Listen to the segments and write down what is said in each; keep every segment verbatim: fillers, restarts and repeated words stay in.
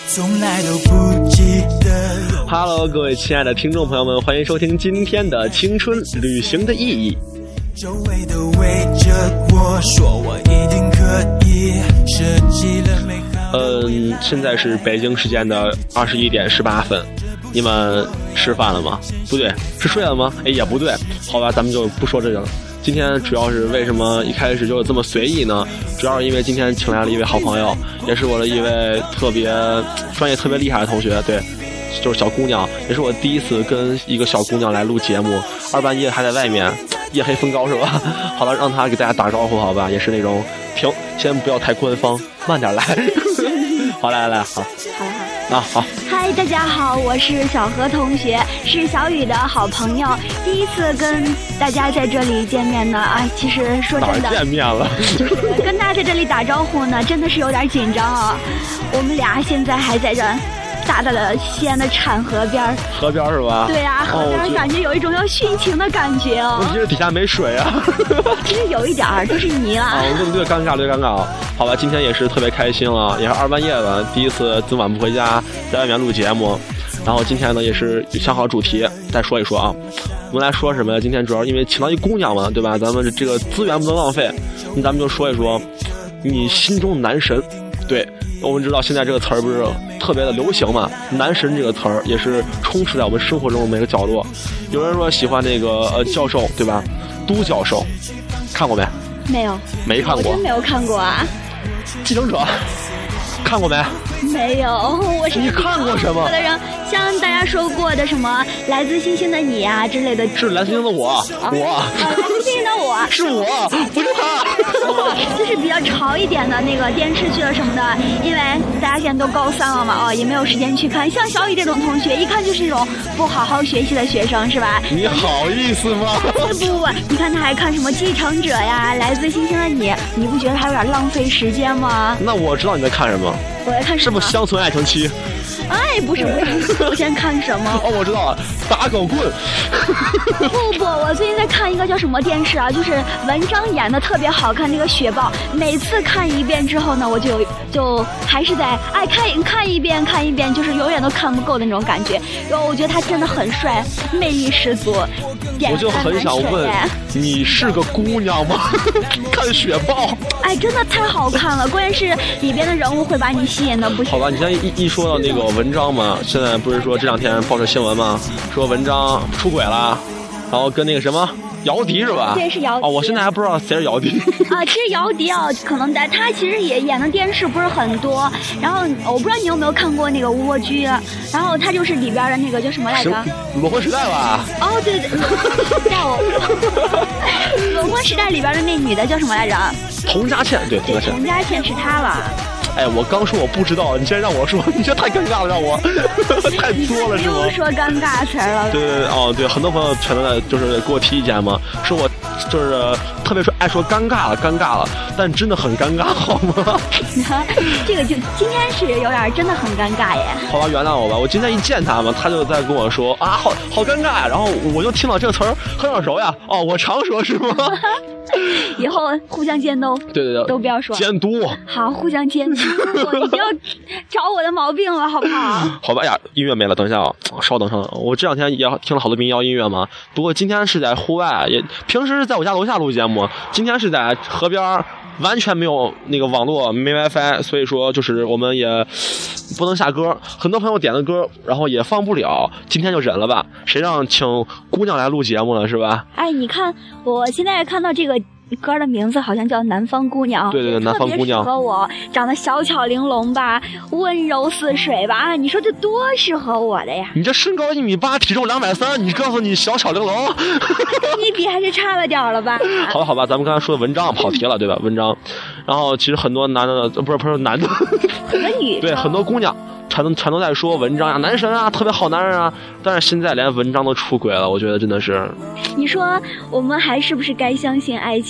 从来都不记得。 Hello， 各位亲爱的听众朋友们，欢迎收听今天的青春旅行的意义。 周围都围着我说我一定可以设计了美好。 嗯，现在是北京时间的二十一点十八分，你们吃饭了吗？不对，是睡了吗？哎，也不对。好吧，咱们就不说这个了。今天主要是为什么一开始就这么随意呢？主要是因为今天请来了一位好朋友，也是我的一位特别专业特别厉害的同学，对，就是小姑娘，也是我第一次跟一个小姑娘来录节目，二半夜还在外面，夜黑风高是吧？好了，让她给大家打招呼好吧，也是那种停，先不要太官方，慢点来。好，来来来，好， 好了好。 啊好。 嗨，大家好，我是小何同学，是小雨的好朋友，第一次跟大家在这里见面呢。哎，其实说真的， 哪儿见面了？ 就是跟大家在这里打招呼呢，真的是有点紧张啊。我们俩现在还在这大大的西安的产河边， 河边是吧？ 对啊，河边感觉有一种要殉情的感觉哦。 我觉得底下没水啊。 其实有一点儿，都是泥啦。 啊，对对，尴尬，对尴尬。好吧，今天也是特别开心了，也是二半夜了，第一次这么晚不回家，在外面录节目。然后今天呢，也是想好主题，再说一说啊。我们来说什么呀？今天主要因为请到一姑娘嘛，对吧？咱们这个资源不能浪费，那咱们就说一说你心中的男神。对，我们知道现在这个词儿不是特别的流行嘛，男神这个词儿也是充斥在我们生活中的每个角落。有人说喜欢那个呃教授，对吧？都教授看过没？ 没有， 没看过， 我真没有看过啊。 继承者看过没？ 没有，我是你看过什么？ 的人，像大家说过的什么来自星星的你啊之类的， 是来自星星的我， 啊、 我、 啊、来自星星的我是我，不是他。 就是比较潮一点的那个电视剧什么的，因为大家现在都高三了嘛，哦，也没有时间去看。像小雨这种同学，一看就是那种不好好学习的学生，是吧？ 你好意思吗？ 不不不，你看他还看什么继承者呀，来自星星的你，你不觉得他有点浪费时间吗？ 那我知道你在看什么。 我在看什么？ 是不是乡村爱情七？ 哎，不是不是，我先看什么？ 哦，我知道了，打狗棍。 不不，我最近在看一个叫什么电视啊，就是文章演的特别好看，那个雪豹。每次看一遍之后呢，我就就还是在哎看看一遍看一遍，就是永远都看不够的那种感觉。然后我觉得他真的很帅，魅力十足。 我就很想问，你是个姑娘吗？看雪豹， 哎，真的太好看了，关键是里边的人物会把你吸引的不行。 好吧，你现在一一说到那个文章嘛，现在不是说这两天报纸新闻嘛，说文章出轨了，然后跟那个什么姚笛是吧？ 对，是姚笛。 哦，我现在还不知道谁是姚笛。 啊，其实姚笛啊，可能在他其实也演的电视不是很多。然后我不知道你有没有看过那个《蜗居》，然后他就是里边的那个叫什么来着？ 裸婚时代吧？ 哦，对对，叫我。裸婚时代里边的那女的叫什么来着？ 佟佳倩，对，佟佳倩。 佟佳倩是她了。 哎，我刚说我不知道，你现在让我说，你这太尴尬了，让我太作了是吗？ 又说尴尬词了。 对对对，哦对，很多朋友全都在就是给我提意见嘛，说我就是特别说爱说尴尬了，尴尬了，但真的很尴尬，好吗？ 这个就今天是有点真的很尴尬耶。 好吧，原谅我吧，我今天一见他嘛，他就在跟我说啊，好好尴尬呀，然后我就听到这个词儿很耳熟呀，哦，我常说是吗？ 以后互相监督， 对对对， 都不要说监督， 好，互相监督，你不要找我的毛病了，好不好？ 好吧呀，音乐没了，等一下啊，稍等稍等，我这两天也听了好多民谣音乐嘛，不过今天是在户外，也平时是在我家楼下录节目，今天是在河边，完全没有那个网络，没 WiFi， 所以说就是我们也不能下歌，很多朋友点的歌，然后也放不了，今天就忍了吧，谁让请姑娘来录节目了是吧？ 哎，你看我现在看到这个歌的名字好像叫南方姑娘， 对对对，南方姑娘， 特别适合我，长得小巧玲珑吧，温柔似水吧，啊，你说这多适合我的呀！ 你这身高一米八，体重两百三，你告诉你小巧玲珑， 跟你比还是差了点了吧？ 好吧好吧，咱们刚才说的文章跑题了，对吧？文章，然后其实很多男的不是不是男的， 很多女的， 对，很多姑娘。全都全都在说文章呀，男神啊，特别好男人啊，但是现在连文章都出轨了，我觉得真的是。 你说我们还是不是该相信爱情？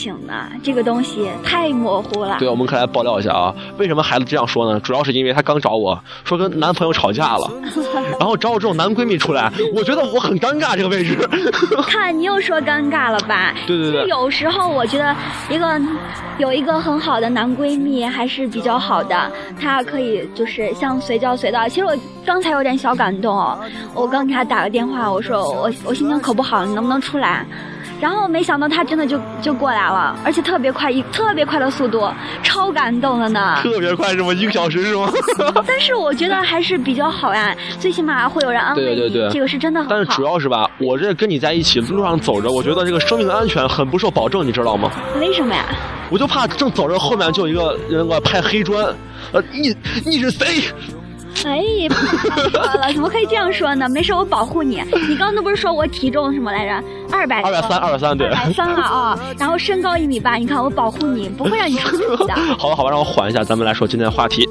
情呢？这个东西太模糊了。 对，我们可以来爆料一下啊，为什么孩子这样说呢？主要是因为他刚找我说跟男朋友吵架了，然后找我这种男闺蜜出来，我觉得我很尴尬这个位置。 看你又说尴尬了吧？ 对对对。 有时候我觉得一个有一个很好的男闺蜜还是比较好的，他可以就是像随叫随到。其实我刚才有点小感动哦，我刚给他打个电话，我说我我心情可不好，你能不能出来？然后没想到他真的就就过来了，而且特别快，一特别快的速度，超感动的呢。 特别快是吗？一个小时是吗？ 但是我觉得还是比较好呀，最起码会有人安慰你。 对对对， 这个是真的很好。 但是主要是吧，我这跟你在一起路上走着，我觉得这个生命安全很不受保证，你知道吗？ 为什么呀？ 我就怕正走着，后面就有一个人给我拍黑砖，呃，你你是谁？ 哎，不好了，怎么可以这样说呢？没事，我保护你。你刚刚不是说我体重什么来着？二百， 二百三，二百三，对， 二百三了啊。然后身高一米八，你看我保护你，不会让你出问题的。 好吧，好吧，让我缓一下，咱们来说今天的话题。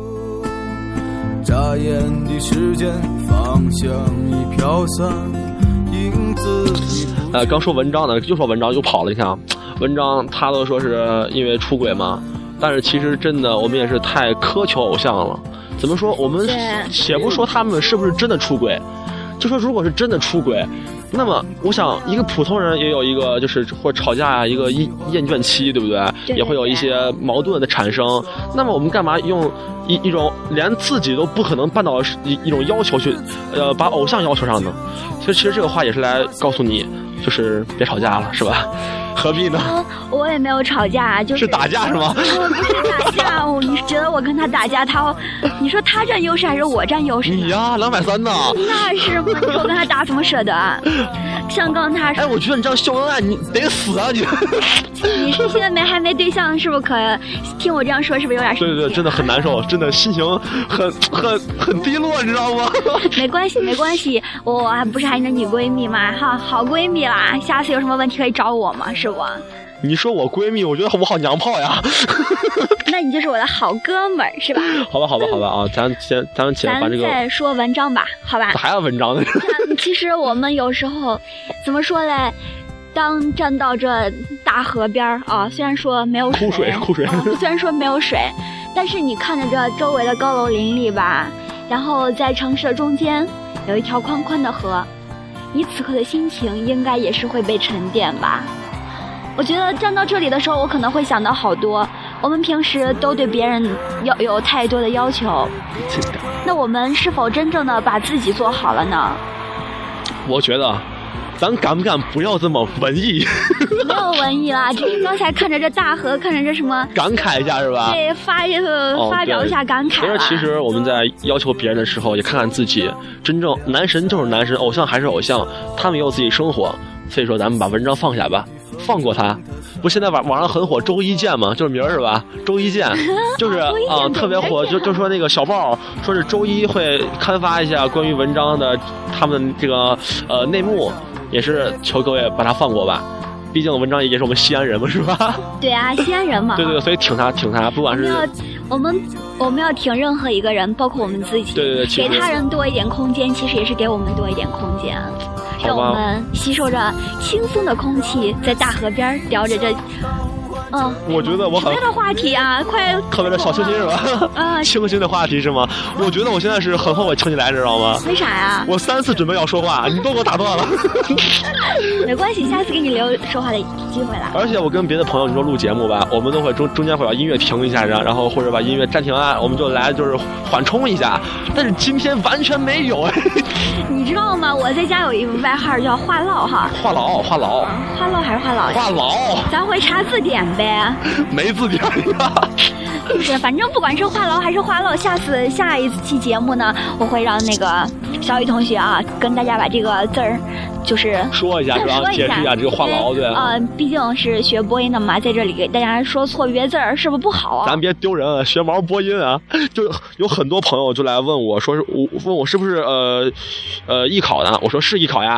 眨眼的时间，方向已飘散，影子。 呃，刚说文章呢，又说文章又跑了，你看啊，文章他都说是因为出轨嘛，但是其实真的我们也是太苛求偶像了。怎么说？我们且不说他们是不是真的出轨，就说如果是真的出轨，那么我想一个普通人也有一个就是或者吵架啊，一个厌厌倦期，对不对？ 对， 也会有一些矛盾的产生。那么我们干嘛用一一种连自己都不可能办到的一一种要求去，呃，把偶像要求上呢？所以其实这个话也是来告诉你，就是别吵架了，是吧？何必呢？ 我也没有吵架，就是是打架是吗？ 不是打架，我你觉得我跟他打架，他，你说他占优势还是我占优势？ 你呀，两百三呢？ 那是吗？你说我跟他打怎么舍得啊？像刚他说， 哎，我觉得你这样秀恩爱，你得死啊你！ 你是现在没还没对象，是不是可听我这样说，是不是有点？ 对对对，真的很难受，真的心情很很很低落，你知道吗？ 没关系没关系，我还不是还是你闺蜜吗？哈，好闺蜜啦，下次有什么问题可以找我嘛，是不？ 你说我闺蜜，我觉得我好娘炮呀。 那你就是我的好哥们儿，是吧？ 好吧，好吧，好吧啊，咱先咱先把这个。 咱再说文章吧，好吧？ 还要文章呢？ 其实我们有时候怎么说嘞？当站到这大河边儿啊，虽然说没有水， 枯水枯水、 啊，虽然说没有水，但是你看着这周围的高楼林立吧，然后在城市的中间有一条宽宽的河，你此刻的心情应该也是会被沉淀吧。我觉得站到这里的时候，我可能会想到好多。我们平时都对别人要有太多的要求，那我们是否真正的把自己做好了呢？ 我觉得，咱敢不敢不要这么文艺？ 没有文艺啦，只是刚才看着这大河，看着这什么， 感慨一下是吧？ 对，发一个、哦、发表一下感慨。 所以其实我们在要求别人的时候，也看看自己。真正男神就是男神，偶像还是偶像，他们也有自己生活。所以说，咱们把文章放下吧，放过他。不，现在网网上很火周一见嘛，就是名儿是吧？周一见，就是啊、呃，特别火。就就说那个小报说是周一会刊发一下关于文章的他们这个呃内幕，也是求各位把他放过吧。毕竟文章也是我们西安人嘛，是吧？ 对啊，西安人嘛。 对对对，所以挺他挺他，不管是我们我们要挺任何一个人，包括我们自己。 对对对， 给他人多一点空间，其实也是给我们多一点空间。让我们吸收着轻松的空气，在大河边聊着这，嗯， 我觉得我很别的话题啊，快特别的小清新是吧？啊，清新的话题是吗？我觉得我现在是很后悔请你来，知道吗？ 为啥呀？ 我三次准备要说话，你都给我打断了。 没关系，下次给你留说话的机会了。 而且我跟别的朋友你说录节目吧，我们都会中中间会把音乐停一下，然后或者把音乐暂停啊，我们就来就是缓冲一下。但是今天完全没有哎。 你知道吗？我在家有一个外号叫话唠哈。 话痨，话痨。 话唠还是话痨？ 话痨。 咱会查字典呗。 没字典呀。 就是反正不管是话痨还是话唠，下次下一期节目呢，我会让那个小雨同学啊跟大家把这个字儿就是说一下，是吧？解释一下这个话痨，对啊、 呃，毕竟是学播音的嘛，在这里给大家说错别字儿是不是不好啊？ 咱别丢人啊，学毛播音啊！就有很多朋友就来问我说是我问我是不是呃呃艺考呢？我说是艺考呀。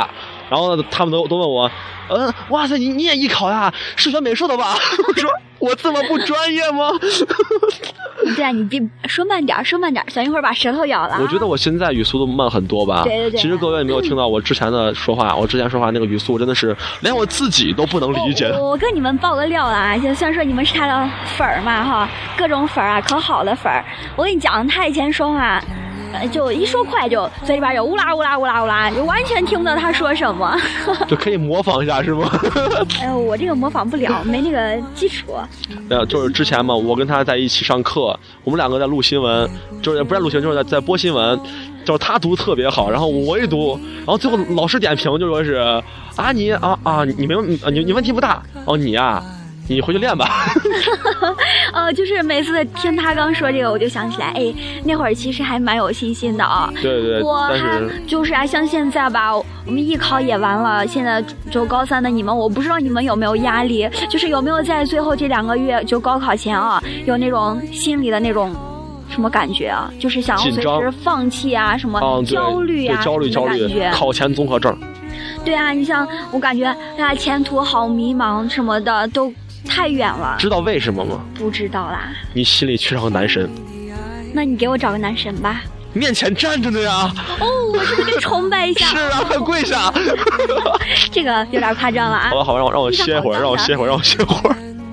然后呢，他们都都问我，嗯，哇塞，你你也艺考呀？是学美术的吧？我说我这么不专业吗？ 对啊，你别说慢点，说慢点，小一会儿把舌头咬了。 我觉得我现在语速都慢很多吧。 对对对。 其实各位没有听到我之前的说话，我之前说话那个语速真的是连我自己都不能理解。 我, 我跟你们爆个料啦，就虽然说你们是他的粉儿嘛哈，各种粉儿啊，可好的粉儿。我跟你讲，他以前说话。就一说快就嘴里边有乌拉乌拉乌拉乌拉，就完全听不到他说什么。 就可以模仿一下是吗？ 哎呦，我这个模仿不了，没那个基础。 呃，就是之前嘛，我跟他在一起上课，我们两个在录新闻，就是不是录新闻，就是在在播新闻。就是他读特别好，然后我一读，然后最后老师点评就说是啊你啊啊你没你你问题不大哦你啊。你回去练吧。 呃，就是每次听他刚说这个，我就想起来，哎，那会儿其实还蛮有信心的啊。 对对。 我还就是啊，像现在吧，我们艺考也完了，现在就高三的你们，我不知道你们有没有压力，就是有没有在最后这两个月，就高考前啊，有那种心里的那种。什么感觉啊？就是想要随时放弃啊，什么焦虑啊， 嗯、焦虑焦虑，考前综合症。 对啊，你像我感觉，哎呀，前途好迷茫什么的，都太远了。 知道为什么吗？ 不知道啦。 你心里缺少个男神。 那你给我找个男神吧。 面前站着的呀。 哦，我是不是得崇拜一下？ 是啊，跪下。 这个有点夸张了啊。 好吧，好吧，让我让我歇会儿，让我歇会儿，让我歇会儿。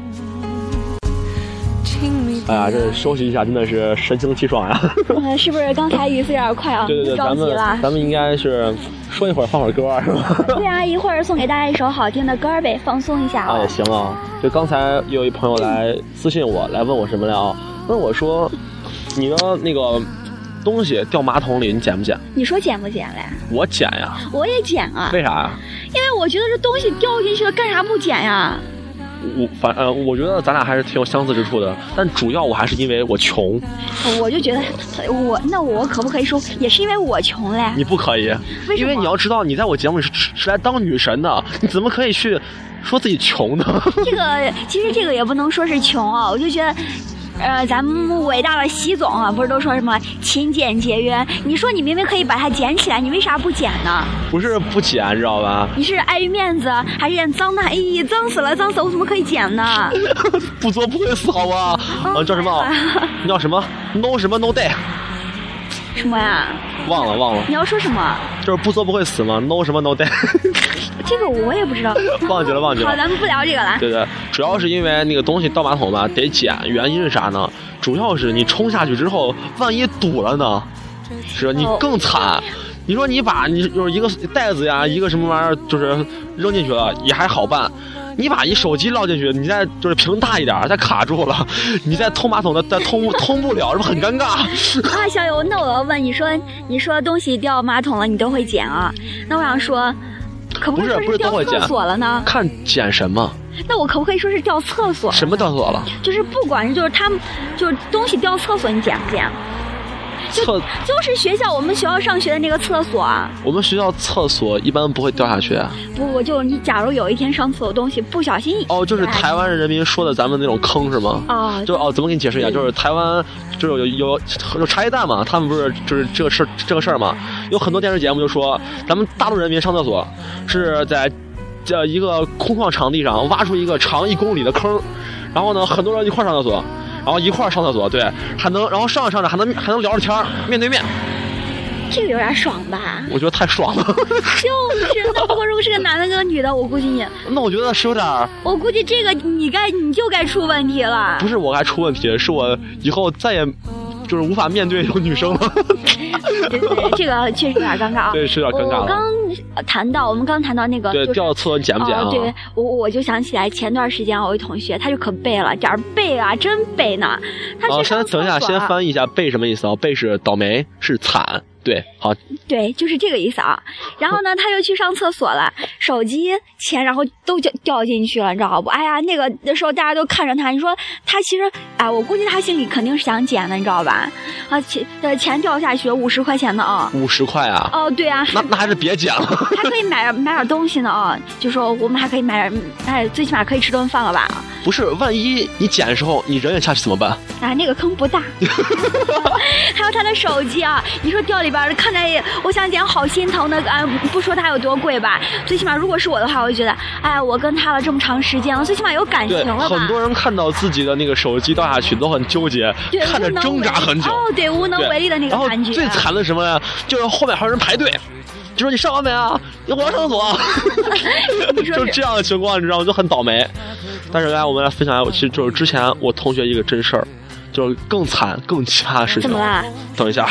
哎呀，这休息一下真的是神清气爽呀！ 呃，是不是刚才语速有点快啊？ 对对对，咱们咱们应该是说一会儿放会儿歌是吧？ 对啊，一会儿送给大家一首好听的歌呗，放松一下啊。也行啊。就刚才有一朋友来私信我，来问我什么了啊？问我说，你的那个东西掉马桶里，你捡不捡？ 你说捡不捡嘞？ 我捡呀。 我也捡啊。 为啥呀？ 因为我觉得这东西掉进去了，干啥不捡呀？ 我反呃，我觉得咱俩还是挺有相似之处的，但主要我还是因为我穷。 我就觉得我那我可不可以说也是因为我穷嘞？ 你不可以， 为什么？ 因为你要知道你在我节目里是是来当女神的，你怎么可以去说自己穷呢？ 这个其实这个也不能说是穷啊，我就觉得。呃，咱们伟大的习总啊，不是都说什么勤俭节约？你说你明明可以把它捡起来，你为啥不捡呢？ 不是不捡，知道吧？ 你是碍于面子，还是脏的？哎，脏死了，脏死了，我怎么可以捡呢？ 不做不会死，好吧？啊，叫什么？你叫什么 ？No 什么 No day？ 什么呀？ 忘了忘了。 你要说什么？ 就是不做不会死吗 ？No 什么 No day？ 这个我也不知道， 忘记了忘记了。 好，咱们不聊这个了。 对对，主要是因为那个东西倒马桶吧得捡，原因是啥呢？主要是你冲下去之后，万一堵了呢，是吧？你更惨。你说你把你就是一个袋子呀，一个什么玩意儿，就是扔进去了也还好办。你把一手机捞进去，你再就是屏大一点，再卡住了，你再通马桶的再通通不了，是不是很尴尬？ 啊，小友，那我要问你说，你说东西掉马桶了，你都会捡啊？那我想说。可不可以说是掉厕所了呢？ 看捡什么？ 那我可不可以说是掉厕所？ 什么掉厕所了？ 就是不管就是他们就是东西掉厕所，你捡不捡？就就是学校我们学校上学的那个厕所啊。 我们学校厕所一般不会掉下去啊。 不，我就你假如有一天上厕所东西不小心哦，就是台湾人民说的咱们那种坑是吗？ 哦， 就哦，怎么给你解释一下？就是台湾就是有有有茶叶蛋嘛，他们不是就是这个事这个事儿嘛？有很多电视节目就说咱们大陆人民上厕所是在这一个空旷场地上挖出一个长一公里的坑，然后呢很多人一块上厕所。然后一块上厕所，对，还能，然后上着上着还能还能聊着天，面对面。 这个有点爽吧？ 我觉得太爽了。 就是，那不过如果是个男的跟个女的，我估计你…… 那我觉得是有点…… 我估计这个你该你就该出问题了。 不是我该出问题，是我以后再也就是无法面对有女生了。 对对对，这个确实有点尴尬啊。 对，是有点尴尬了。 我刚谈到，我们刚谈到那个， 对，掉厕所捡不捡啊？ 对，我我就想起来前段时间我有一同学，他就可背了，点儿背啊，真背呢。他哦，先等一下，先翻译一下背什么意思啊？背是倒霉，是惨。对，好， 对，就是这个意思啊。然后呢，他就去上厕所了，手机、钱，然后都掉掉进去了，你知道不？哎呀，那个的时候大家都看着他，你说他其实，哎，我估计他心里肯定是想捡的，你知道吧？啊，钱的钱掉下去了，五十块钱的啊。 五十块啊？ 哦，对啊。 那那还是别捡了。 还可以买买点东西呢啊，就说我们还可以买点，哎，最起码可以吃顿饭了吧？ 不是，万一你捡的时候你人也下去怎么办？ 啊，那个坑不大。 还有他的手机啊，你说掉里边看着也，我想点好心疼的啊！不说它有多贵吧，最起码如果是我的话，我就觉得，哎，我跟他了这么长时间了，最起码有感情了吧。 很多人看到自己的那个手机掉下去都很纠结，看着挣扎很久。 哦，对，无能为力的那个感觉。 然后最惨的是什么呢？就是后面还有人排队。就说你上完没啊？我要上厕所。就这样的情况，你知道吗？就很倒霉。但是来，我们来分享一下，其实就是之前我同学一个真事儿，就是更惨、更奇葩的事情。 怎么啦？ 等一下。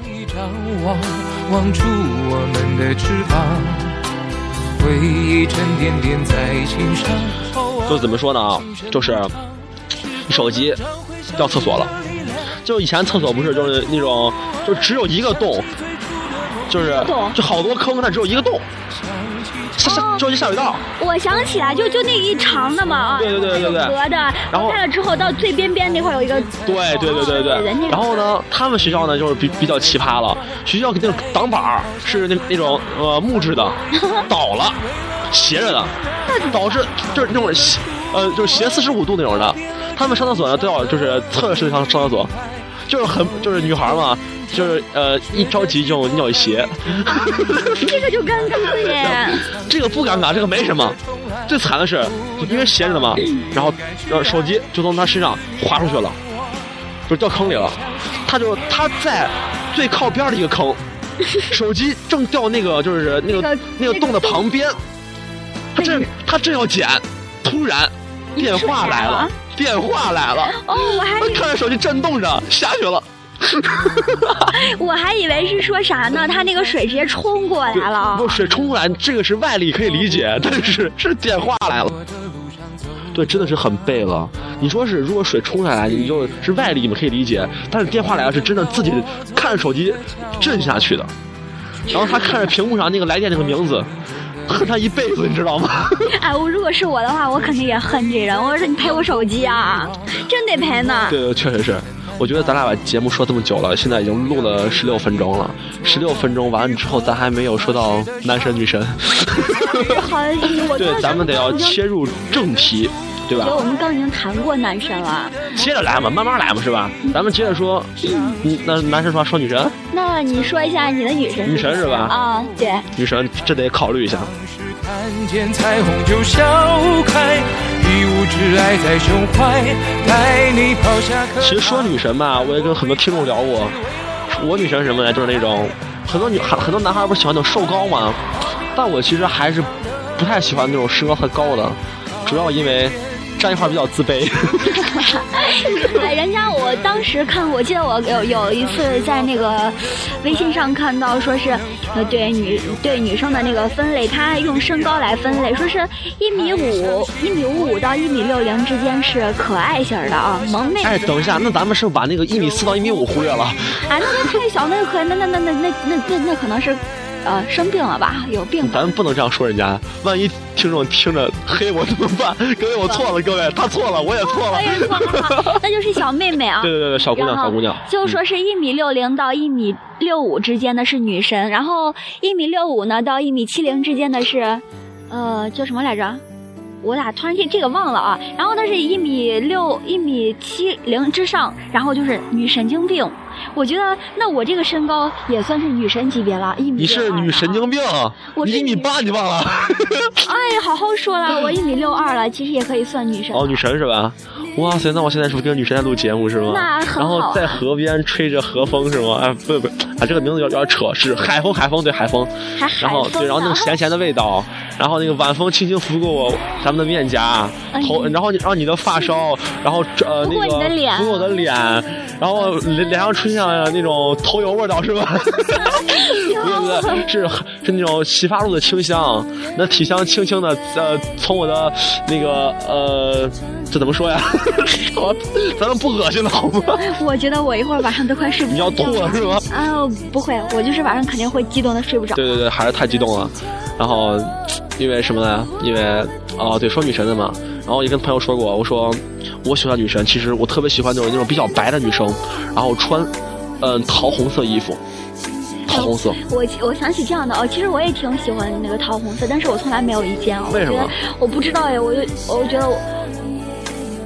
望出我们的翅膀，回忆沉甸甸在心上。 就是怎么说呢啊？就是手机掉厕所了。就以前厕所不是就是那种，就只有一个洞。就是就好多坑，但只有一个洞，下下手机下水道。 我想起来，就就那一长的嘛啊， 对对对对对， 隔的，然后开了之后到最边边那块有一个。 对对对对对。然后呢，他们学校呢就是比比较奇葩了，学校那种挡板是那那种呃木质的，倒了，斜着的，导致就是那种斜呃就是斜四十五度那种的。他们上厕所呢都要就是侧着身上上厕所，就是很就是女孩嘛。就是呃，一着急就尿一鞋， 这个就尴尬了耶。 这个不尴尬，这个没什么。最惨的是，因为斜着的嘛，然后呃手机就从他身上滑出去了，就掉坑里了。他就他在最靠边的一个坑，手机正掉那个就是那个那个洞的旁边，他正他正要捡，突然电话来了，电话来了。 哦，我还看着手机震动着下去了。 我还以为是说啥呢？他那个水直接冲过来了。 不，水冲过来，这个是外力可以理解，但是是电话来了。对，真的是很背了。你说是，如果水冲下来，你就是外力，你们可以理解，但是电话来了是真的自己看着手机震下去的。然后他看着屏幕上那个来电那个名字，恨他一辈子，你知道吗？ 哎，我如果是我的话，我肯定也恨这人。我说你赔我手机啊，真得赔呢。 对，确实是。我觉得咱俩把节目说这么久了，现在已经录了十六分钟了。十六分钟完了之后，咱还没有说到男神女神。 好，我对，咱们得要切入正题，对吧？ 我觉得我们刚已经谈过男神了， 接着来嘛，慢慢来嘛，是吧？咱们接着说，嗯，那男神说说女神。 那你说一下你的女神。 女神是吧？ 啊，对。 女神这得考虑一下。 看见彩虹就笑开，一无挚爱在胸怀，带你跑下课。 其实说女神吧，我也跟很多听众聊过，我女神什么呢？就是那种很多女很多男孩不是喜欢那种瘦高吗？但我其实还是不太喜欢那种身高特高的，主要因为站一块比较自卑。 哎，人家我当时看，我记得我有有一次在那个微信上看到，说是呃对女对女生的那个分类，他用身高来分类，说是一米五一米五五到一米六零之间是可爱型的啊，萌妹。 哎，等一下，那咱们是把那个一米四到一米五忽略了？ 哎，那那太小，那可那那那那那那那那可能是。呃，生病了吧？有病吧？ 咱们不能这样说人家，万一听众听着黑我怎么办？各位，我错了，各位，他错了，我也错了， 我也错了，那就是小妹妹啊。 对对对，小姑娘，小姑娘， 就说是一米六零到一米六五之间的是女神，然后一米六五呢到一米七零之间的是，呃，叫什么来着？我俩突然间这个忘了啊。然后呢是一米六一米七零之上，然后就是女神经病。我觉得那我这个身高也算是女神级别了，一米。 你是女神经病， 我你一米八，你忘了？ 哎，好好说了，我一米六二了，其实也可以算女神。 哦，女神是吧？哇塞，那我现在是不是跟女神在录节目是吗？ 那很好。 然后在河边吹着河风是吗？哎，不不，啊，这个名字有点扯，是海风，海风对海风。 还海风。 然后对，然后那个咸咸的味道，然后那个晚风轻轻拂过我咱们的面颊，头，然后然后你的发梢，然后呃那个拂过我的脸，然后脸上出现了那种头油味道是吧？不是不是，是是那种洗发露的清香，那体香轻轻的呃从我的那个呃这怎么说呀？咱们不恶心了好吗？ 我觉得我一会儿晚上都快睡不着。 你要吐了是吗？ 啊，不会，我就是晚上肯定会激动的睡不着。 对对对，还是太激动了。然后因为什么呢？因为哦对，说女神的嘛。然后也跟朋友说过，我说我喜欢女神，其实我特别喜欢那种那种比较白的女生，然后穿嗯桃红色衣服。桃红色， 我我想起这样的哦，其实我也挺喜欢那个桃红色，但是我从来没有一件哦。 为什么？ 我不知道哎，我就我觉得我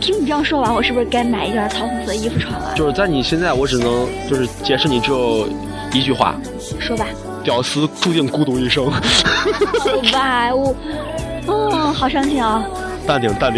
听你这样说完，我是不是该买一件桃红色的衣服穿了？ 就是在你现在，我只能就是解释你只有一句话， 说吧。 屌丝注定孤独一生。 好吧，我，哦，好伤心啊。 淡定，淡定。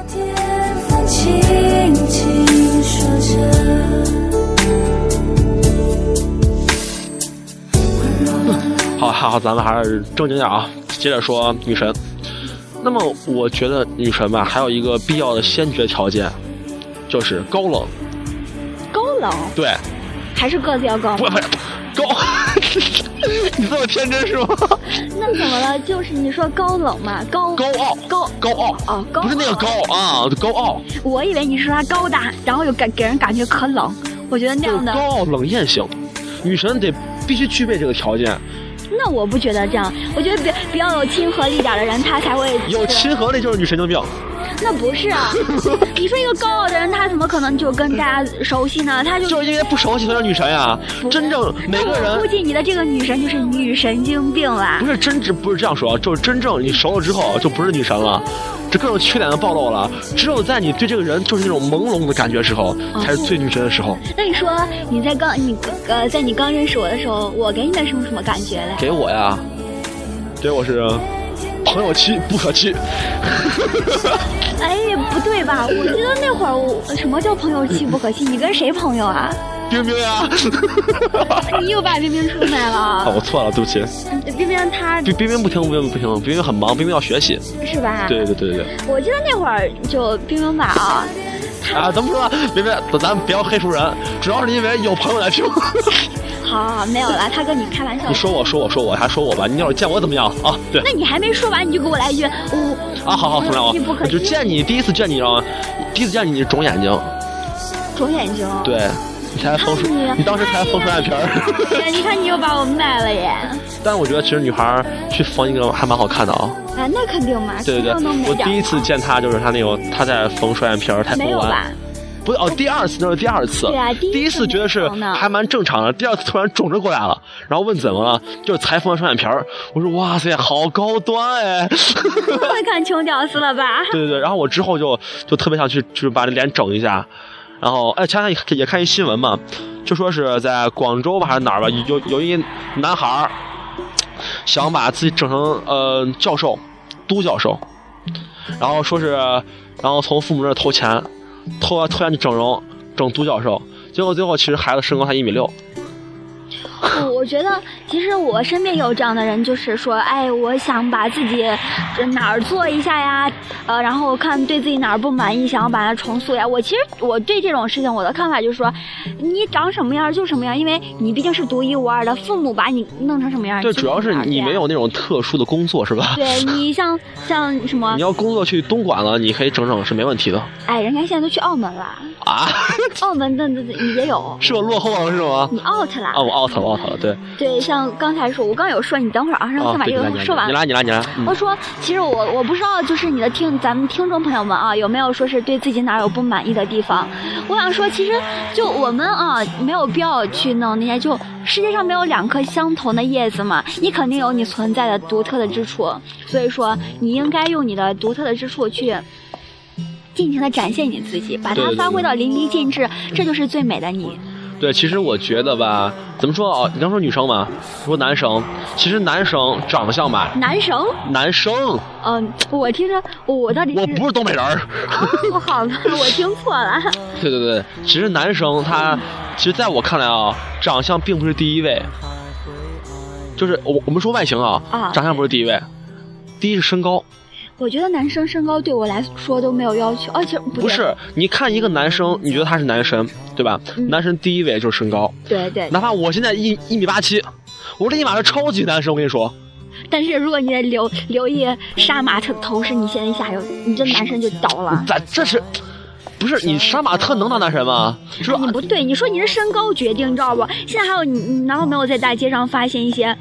好好好，咱们还是正经点啊，接着说女神。那么我觉得女神吧，还有一个必要的先决条件，就是高冷。 高冷？ 对。 还是个子要高？ 不不，高。你这么天真是吗？ 那怎么了？就是你说高冷嘛，高高傲， 高高傲哦，高不是那个高啊，高傲。 我以为你是说他高大，然后又给给人感觉可冷。我觉得那样的高傲冷艳型，女神得必须具备这个条件。 那我不觉得这样，我觉得比比较有亲和力点的人，他才会有亲和力就是女神经病。 那不是啊，你说一个高傲的人，他怎么可能就跟大家熟悉呢？他就就是因为不熟悉才叫女神呀。真正每个人， 我估计你的这个女神就是女神经病啦。 不是真只不是这样说，就是真正你熟了之后就不是女神了，这各种缺点都暴露了。只有在你对这个人就是那种朦胧的感觉时候，哦、才是最女神的时候。 那你说你在刚你呃在你刚认识我的时候，我给你的什么什么感觉嘞？ 给我呀，给我是朋友妻不可欺。 哎，不对吧？我记得那会儿我什么叫朋友妻不可欺？你跟谁朋友啊？ 冰冰呀！ 你又把冰冰出卖了。 啊，我错了，对不起。 冰冰她冰冰冰不听，冰冰不听，冰冰很忙，冰冰要学习， 是吧？ 对对对对对。 我记得那会儿就冰冰吧啊。 啊，怎么说？冰冰，咱不要黑熟人，主要是因为有朋友来听。 好，好，没有了，他跟你开玩笑。 你说我说我说我还说我吧，你要是见我怎么样啊？对。 那你还没说完，你就给我来一句，我、 哦、啊，好好，同样啊，就见你第一次见你啊，第一次见你，你肿眼睛。 肿眼睛。 对。你才风出，你当时才风出烂皮儿。 哎，你看你又把我卖了耶！ 但是我觉得其实女孩去缝一个还蛮好看的啊。 啊，那肯定嘛。 对对对，我第一次见她就是她那种她在缝双眼皮儿，才缝完。不是哦，第二次那是第二次。 对啊，第一次觉得是还蛮正常的，第二次突然肿着过来了，然后问怎么了，就是才缝完双眼皮儿。我说哇塞，好高端哎！ 会看穷屌丝了吧？ 对对对，然后我之后就就特别想去，就是把这脸整一下。然后，哎，前两天也看一新闻嘛，就说是在广州吧还是哪儿吧，有有一男孩想把自己整成呃教授，都教授，然后说是，然后从父母这儿投钱，投啊投钱去整容，整都教授，结果最后其实孩子身高才一米六。 我觉得其实我身边有这样的人，就是说，哎，我想把自己哪儿做一下呀，呃，然后看对自己哪儿不满意，想要把它重塑呀。我其实我对这种事情我的看法就是说，你长什么样就什么样，因为你毕竟是独一无二的，父母把你弄成什么样。 对，主要是你没有那种特殊的工作，是吧？ 对你像像什么， 你要工作去东莞了，你可以整整是没问题的。 哎，人家现在都去澳门了啊， 澳门的也有。 是我落后了是吗？ 你 out 了。 啊，我 out 了 out 了，对。 对，像刚才说，我刚有说，你等会儿啊，让我先把这个说完。 你来，你来，你来。 我说，其实我我不知道，就是你的听咱们听众朋友们啊，有没有说是对自己哪有不满意的地方？我想说，其实就我们啊，没有必要去弄那些，就世界上没有两颗相同的叶子嘛，你肯定有你存在的独特的之处，所以说你应该用你的独特的之处去尽情的展现你自己，把它发挥到淋漓尽致，这就是最美的你。 对，其实我觉得吧，怎么说啊？你刚说女生嘛，说男生，其实男生长相吧， 男生， 男生， 嗯，我听着，我到底是我不是东北人儿， 哦，好吧，我听错了。 对对对，其实男生他，其实在我看来啊，长相并不是第一位，就是我我们说外形啊，啊，长相不是第一位，第一是身高。 我觉得男生身高对我来说都没有要求，而且不, 不是，你看一个男生，你觉得他是男神，对吧？嗯、男神第一位就是身高， 对对。 哪怕我现在一一米八七，我这一码是超级男神，我跟你说。 但是如果你留留一杀马特的头饰，你现在一下有，你这男神就倒了。 咱这是。不是你杀马特能当男神吗？是吧？ 你不对，你说你是身高决定，你知道不？现在还有你，你难道没有在大街上发现一些，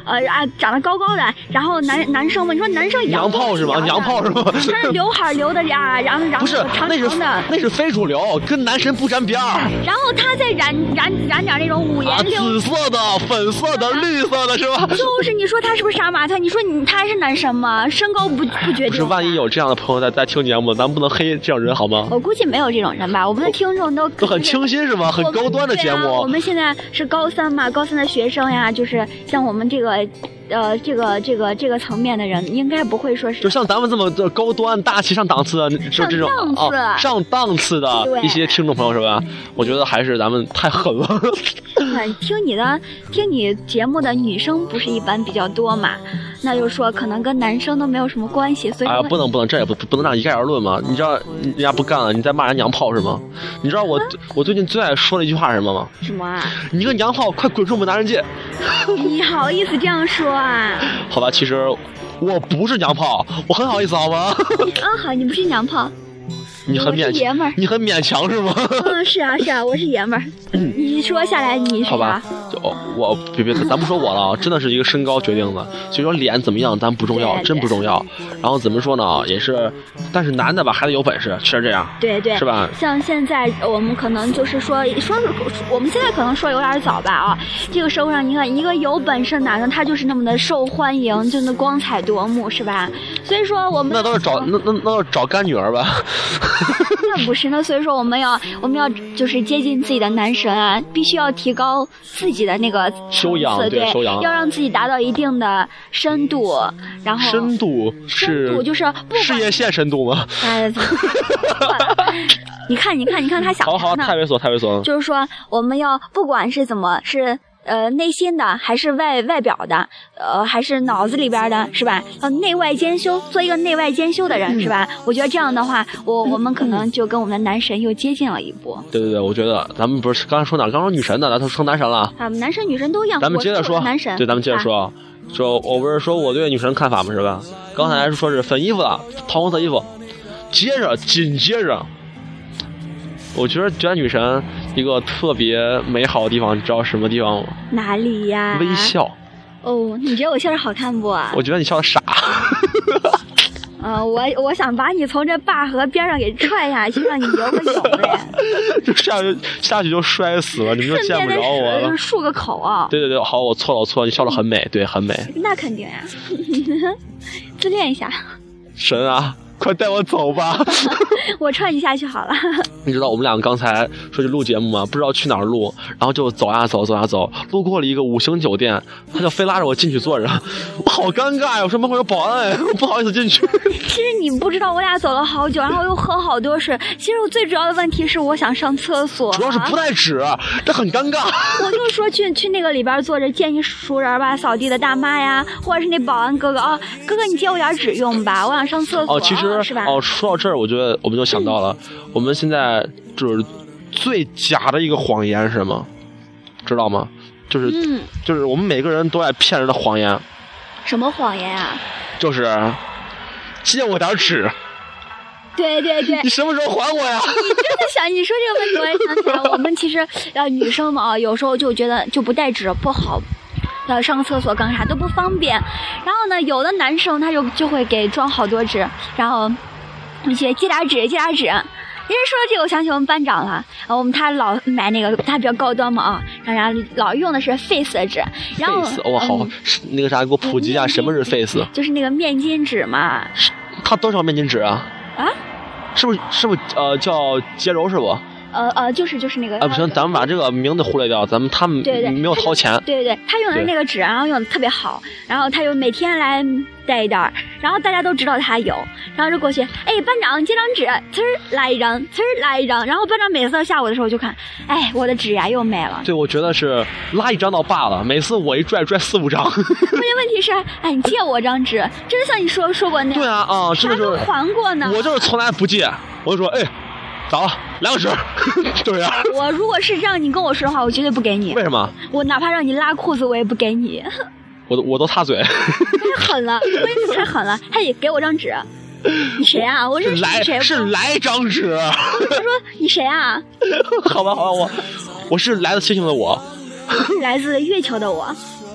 呃啊长得高高的，然后男男生嘛，你说男生娘炮是吗？娘炮是吗？ 他是刘海留的呀，然后然后不是长那是长的， 那是非主流，跟男神不沾边儿。 然后他再染染染点那种五颜六啊，紫色的、粉色的、绿色的是吧？ 就是你说他是不是杀马特？你说你他还是男神吗？身高不不决定。 不是，万一有这样的朋友在在听节目，咱们不能黑这样人好吗？ 我估计没有这种人吧，我们的听众都都很清新是吗？很高端的节目。 我们, 啊、我们现在是高三嘛，高三的学生呀，就是像我们这个。呃，这个这个这个层面的人，应该不会说是， 就像咱们这么高端、大气、上档次的，就这种上档次、 啊、上档次的一些听众朋友是吧？我觉得还是咱们太狠了。 听你的，听你节目的女生不是一般比较多嘛？那就说可能跟男生都没有什么关系，所以哎呀，不能不能，这也不不能让一概而论嘛。你知道人家不干了，你在骂人娘炮是吗？你知道我、啊、我最近最爱说的一句话是什么吗？ 什么啊？ 你个娘炮，快滚出我们男人界！ 你好意思这样说啊？ 好吧，其实我不是娘炮，我很好意思好吗？ 啊好，你不是娘炮。 你很勉强，你很勉强是吗？ 嗯，是啊是啊，我是爷们儿。你说下来你是好吧？就我别别，咱不说我了，真的是一个身高决定的。所以说脸怎么样咱不重要，真不重要。然后怎么说呢？也是，但是男的吧还得有本事，确实这样。 对对， 是吧？ 像现在我们可能就是说说，我们现在可能说有点早吧啊。这个社会上，你看一个有本事的男的，他就是那么的受欢迎，就那光彩夺目，是吧？所以说我们那都是找那那那都是找干女儿吧。 那不是，那所以说我们要我们要就是接近自己的男神啊，必须要提高自己的那个修养， 对， 修养， 要让自己达到一定的深度，然后深度是深度就是事业线深度吗？ 哎，你看，你看，你看他想好好，太猥琐，太猥琐了。 就是说，我们要不管是怎么是。呃，内心的还是外外表的，呃，还是脑子里边的，是吧？呃，内外兼修，做一个内外兼修的人，嗯、是吧？我觉得这样的话，我我们可能就跟我们的男神又接近了一步。 对对对，我觉得咱们不是刚才说哪？刚说女神的，咱都说男神了。 啊，男神女神都一样。 咱们接着说男神。 对，咱们接着说。啊、说，我不是说我对女神看法吗？是吧？刚才说是粉衣服了，桃红色衣服。接着，紧接着。我觉得觉得女神一个特别美好的地方，你知道什么地方吗？ 哪里呀？ 微笑。 哦，你觉得我笑着好看不？ 我觉得你笑得傻。 呃，我我想把你从这坝河边上给踹下去，让你游个泳嘞。 就下去下去就摔死了，你们就见不着我了。 就是漱个口啊。 对对对，好，我错了，我错了，你笑得很美，对，很美。 那肯定呀，自恋一下。 神啊！快带我走吧！ 我踹你下去好了。 你知道我们两个刚才说去录节目吗？不知道去哪儿录，然后就走呀走，走呀走，路过了一个五星酒店，他就非拉着我进去坐着，我好尴尬呀！我说门口有保安，我不好意思进去。 其实你不知道，我俩走了好久，然后又喝好多水。其实我最主要的问题是我想上厕所， 主要是不带纸，这很尴尬。 我就说去去那个里边坐着，见你熟人吧，扫地的大妈呀，或者是那保安哥哥啊，哥哥你借我点纸用吧，我想上厕所。 哦，其实。 是吧？ 哦，说到这儿，我觉得我们就想到了，嗯、我们现在就是最假的一个谎言是什么？知道吗？就是、嗯、就是我们每个人都爱骗人的谎言。 什么谎言啊？ 就是借我点纸。 对对对。 你什么时候还我呀？ 你真的想你说这个问题，我也想起来，我们其实呃女生嘛，有时候就觉得就不带纸不好。呃，上个厕所干啥都不方便，然后呢，有的男生他就就会给装好多纸，然后你去借点纸，借点纸。因为说到这个，我想起我们班长了，啊，我们他老买那个，他比较高端嘛啊，然后老用的是 Face 的纸，然后 Face， 哇、哦，好，嗯、那个啥，给我普及一下，什么是 Face？ 就是那个面巾纸嘛。 它多少面巾纸啊？ 啊？ 是不是是不是呃叫洁柔是不？ 呃呃，就是就是那个。 哎、呃，不行，咱们把这个名字忽略掉，咱们他们对对没有掏钱。 对对对，他用的那个纸，然后用的特别好，然后他又每天来带一袋，然后大家都知道他有，然后就过去，哎，班长借张纸，呲儿来一张，呲儿来一张，然后班长每次到下午的时候就看，哎，我的纸呀又没了。 对，我觉得是拉一张倒罢了，每次我一拽拽四五张。关键问题是，哎，你借我张纸，真的像你说说过那样。 对啊啊，真的是还过呢。 我就是从来不借，我就说，哎。咋了？两个纸，对呀。 我如果是让你跟我说的话，我绝对不给你。 为什么？ 我哪怕让你拉裤子，我也不给你。 我都我都擦嘴。 太狠了，关键是太狠了，他也给我张纸。你谁啊？我认识你谁？ 是来张纸。 他说你谁啊？ 好吧好吧，我我是来自星星的我。 来自月球的我。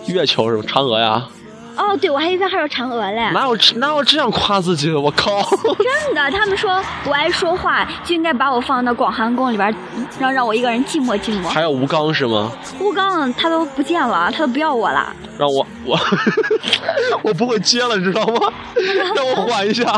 月球是吗？嫦娥呀？ 哦，对，我还以为还有嫦娥嘞。 哪有哪有这样夸自己的？我靠！ 真的，他们说我爱说话，就应该把我放到广寒宫里边，让让我一个人寂寞寂寞。 还有吴刚是吗？ 吴刚他都不见了，他都不要我了。 让我我我不会接了，你知道吗？让我缓一下。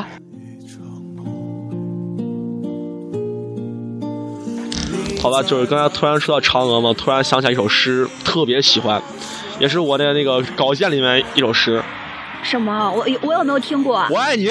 好吧，就是刚才突然说到嫦娥嘛，突然想起来一首诗，特别喜欢，也是我的那个稿件里面一首诗。 什么？我我有没有听过？ 我爱你。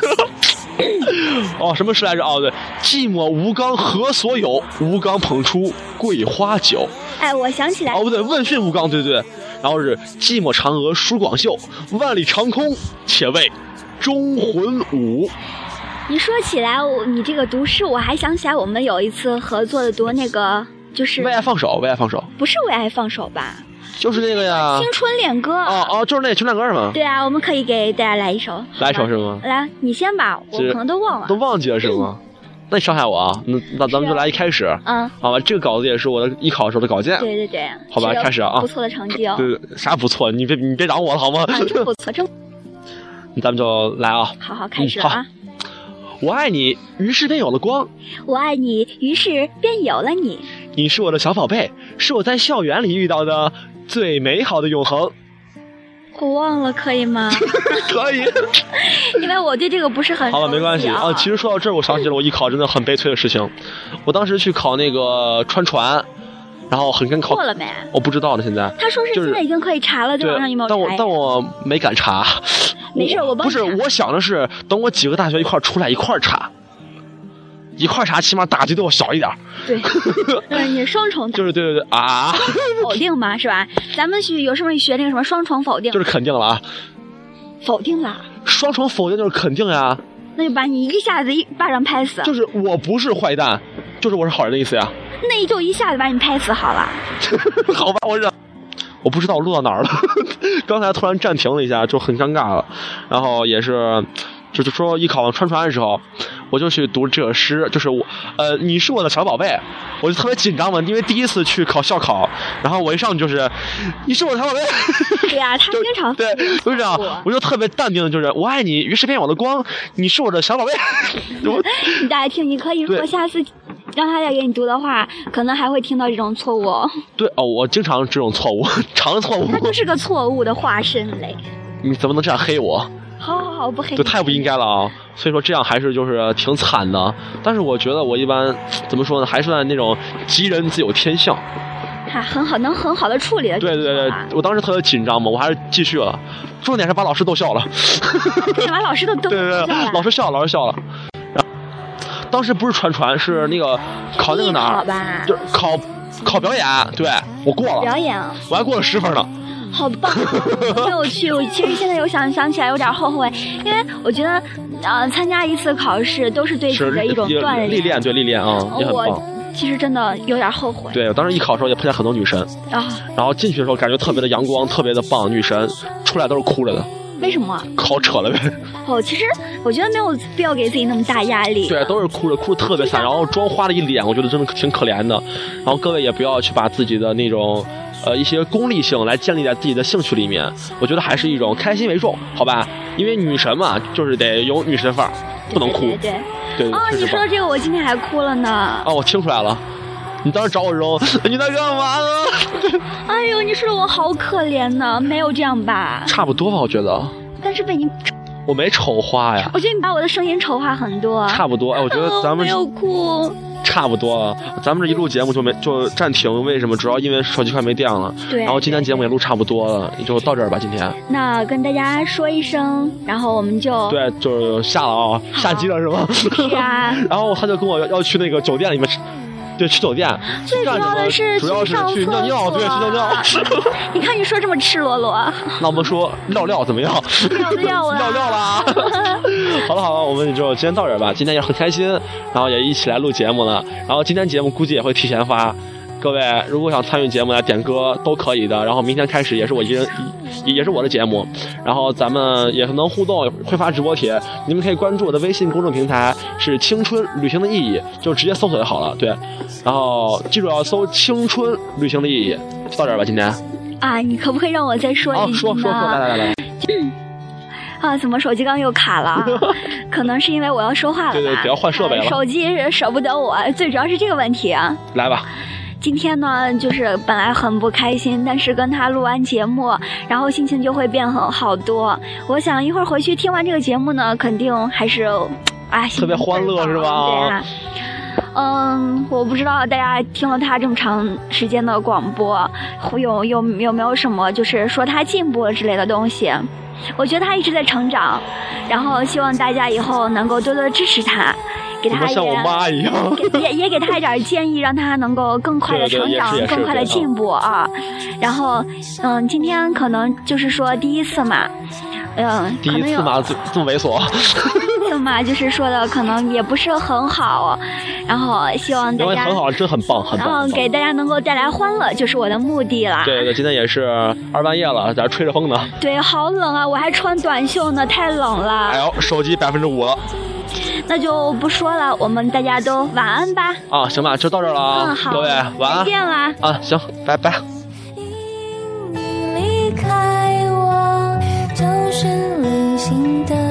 哦，什么诗来着？哦，对，寂寞吴刚何所有？吴刚捧出桂花酒。 哎，我想起来。 哦，不对，问讯吴刚，对对对。然后是寂寞嫦娥舒广袖，万里长空且为忠魂舞。 你说起来，你这个读诗，我还想起来我们有一次合作的读那个，就是为爱放手，为爱放手， 不是为爱放手吧？ 就是那个呀， 青春恋歌。 哦哦，就是那个青春恋歌是吗？ 对啊，我们可以给大家来一首。 来一首是吗？ 来，你先吧，我可能都忘了。 都忘记了是吗？嗯、那你伤害我啊！那那咱们就来一开始。 嗯。 好吧，这个稿子也是我的艺考时候的稿件。 对对对。 好吧，开始啊！ 不错的成绩哦。 对，啥不错？你别你别嚷我了好吗？ 啊，真不错，真。 咱们就来啊！ 好好开始了啊！ 我爱你，于是便有了光。 我爱你，于是便有了你。 你是我的小宝贝，是我在校园里遇到的最美好的永恒。 我忘了，可以吗？ 可以。 因为我对这个不是很熟悉、啊。 好了，没关系啊。其实说到这儿，我想起了我艺考真的很悲催的事情。我当时去考那个川传，然后很跟考过了没？ 我不知道呢，现在。 他说是现在已经可以查了，在网上有没有查？ 但我但我没敢查。 没事，我帮你查。不是，我想的是等我几个大学一块出来一块查，一块查，起码打击对我小一点。 对，嗯，你双重打。 就是对对对啊。 否定嘛，是吧？咱们学有什么学那个什么双重否定？ 就是肯定了啊。 否定了。 双重否定就是肯定呀。 那就把你一下子一巴掌拍死。 就是我不是坏蛋，就是我是好人的意思呀。 那就一下子把你拍死好了。 好吧，我忍。我不知道我录到哪儿了，刚才突然暂停了一下，就很尴尬了。然后也是，就是说一考川传的时候，我就去读这首诗，就是我，呃，你是我的小宝贝，我就特别紧张嘛，因为第一次去考校考，然后我一上去就是，你是我的小宝贝。 对呀、啊，他经常对，就是这样，我就特别淡定的，就是我爱你，于是便有了光，你是我的小宝贝。 你大家听，你可以如果下次让他再给你读的话，可能还会听到这种错误。 对哦，我经常这种错误，常错误。 他就是个错误的化身嘞。 你怎么能这样黑我？ 好好好，不黑。 对，太不应该了啊！所以说这样还是就是挺惨的。但是我觉得我一般怎么说呢，还算那种吉人自有天相。 他很好，能很好的处理了。 对对对，我当时特别紧张嘛，我还是继续了。重点是把老师逗笑了。 把老师都逗笑了。 对对对，老师笑了，老师笑了。然后当时不是传传，是那个考那个哪儿？ 吧？ 就考考表演，对我过了。 表演， 我还过了十分呢。 好棒，很有趣。我其实现在有想想起来有点后悔，因为我觉得，呃，参加一次考试都是对自己的一种锻炼、 历练，对历练啊，也很棒。 我其实真的有点后悔。 对，我当时艺考的时候也碰见很多女神啊，然后进去的时候感觉特别的阳光，特别的棒，女神出来都是哭着的。 为什么？ 考扯了呗。 哦，其实我觉得没有必要给自己那么大压力。 对，都是哭着，哭得特别惨，然后妆花了一脸，我觉得真的挺可怜的。然后各位也不要去把自己的那种。呃，一些功利性来建立在自己的兴趣里面，我觉得还是一种开心为重，好吧？因为女神嘛，就是得有女神范儿，不能哭。 对对对。对哦，你说这个，我今天还哭了呢。 哦，我听出来了，你当时找我时候，你在干嘛呢？ 哎呦，你说的我好可怜呢，没有这样吧？ 差不多吧，我觉得。 但是被你。 我没丑化呀。 我觉得你把我的声音丑化很多。 差不多，哎，我觉得咱们。 没有哭。 差不多了，咱们这一录节目就没就暂停，为什么？主要因为手机快没电了。 对。 然后今天节目也录差不多了，也就到这儿吧，今天。 那跟大家说一声，然后我们就。 对，就是下了啊，下机了是吗？ 是啊。 然后他就跟我要要去那个酒店里面吃。对，去酒店。 最主要的是主要是去尿尿，对，去尿尿。 你看你说这么赤裸裸。 那我们说尿尿怎么样？ 尿尿了。 尿尿啦。好了好了，我们就今天到这儿吧。今天也很开心，然后也一起来录节目了。然后今天节目估计也会提前发。各位如果想参与节目来点歌都可以的。然后明天开始也是我一人，也是我的节目。然后咱们也能互动，会发直播帖。你们可以关注我的微信公众平台，是青春旅行的意义，就直接搜索就好了。对，然后记住要搜青春旅行的意义。就到这儿吧，今天。 啊，你可不可以让我再说一句呢？ 哦，说说说，来来来来。 啊，怎么手机刚又卡了啊？可能是因为我要说话了吧？ 对对，得要换设备了。 手机舍不得我，最主要是这个问题啊。 来吧。 今天呢，就是本来很不开心，但是跟他录完节目，然后心情就会变很好多。我想一会儿回去听完这个节目呢，肯定还是，啊， 特别欢乐是吧？ 对啊。嗯，我不知道大家听了他这么长时间的广播，有有有没有什么就是说他进步了之类的东西？我觉得他一直在成长，然后希望大家以后能够多多支持他，给他也像我妈一样， 也也给他一点建议，让他能够更快的成长，更快的进步啊。然后，嗯，今天可能就是说第一次嘛。嗯， 第一次嘛，这么猥琐。 第一次嘛，就是说的可能也不是很好，然后希望大家很好，真很棒，很棒。 然后给大家能够带来欢乐，就是我的目的啦。 对对，今天也是二半夜了，在这吹着风呢。 对，好冷啊！我还穿短袖呢，太冷了。 哎呦，手机百分之五了。 那就不说了，我们大家都晚安吧。 啊，行吧，就到这儿了啊。 嗯，好， 各位晚安， 再见啦。 啊，行，拜拜。 离开我就是旅行的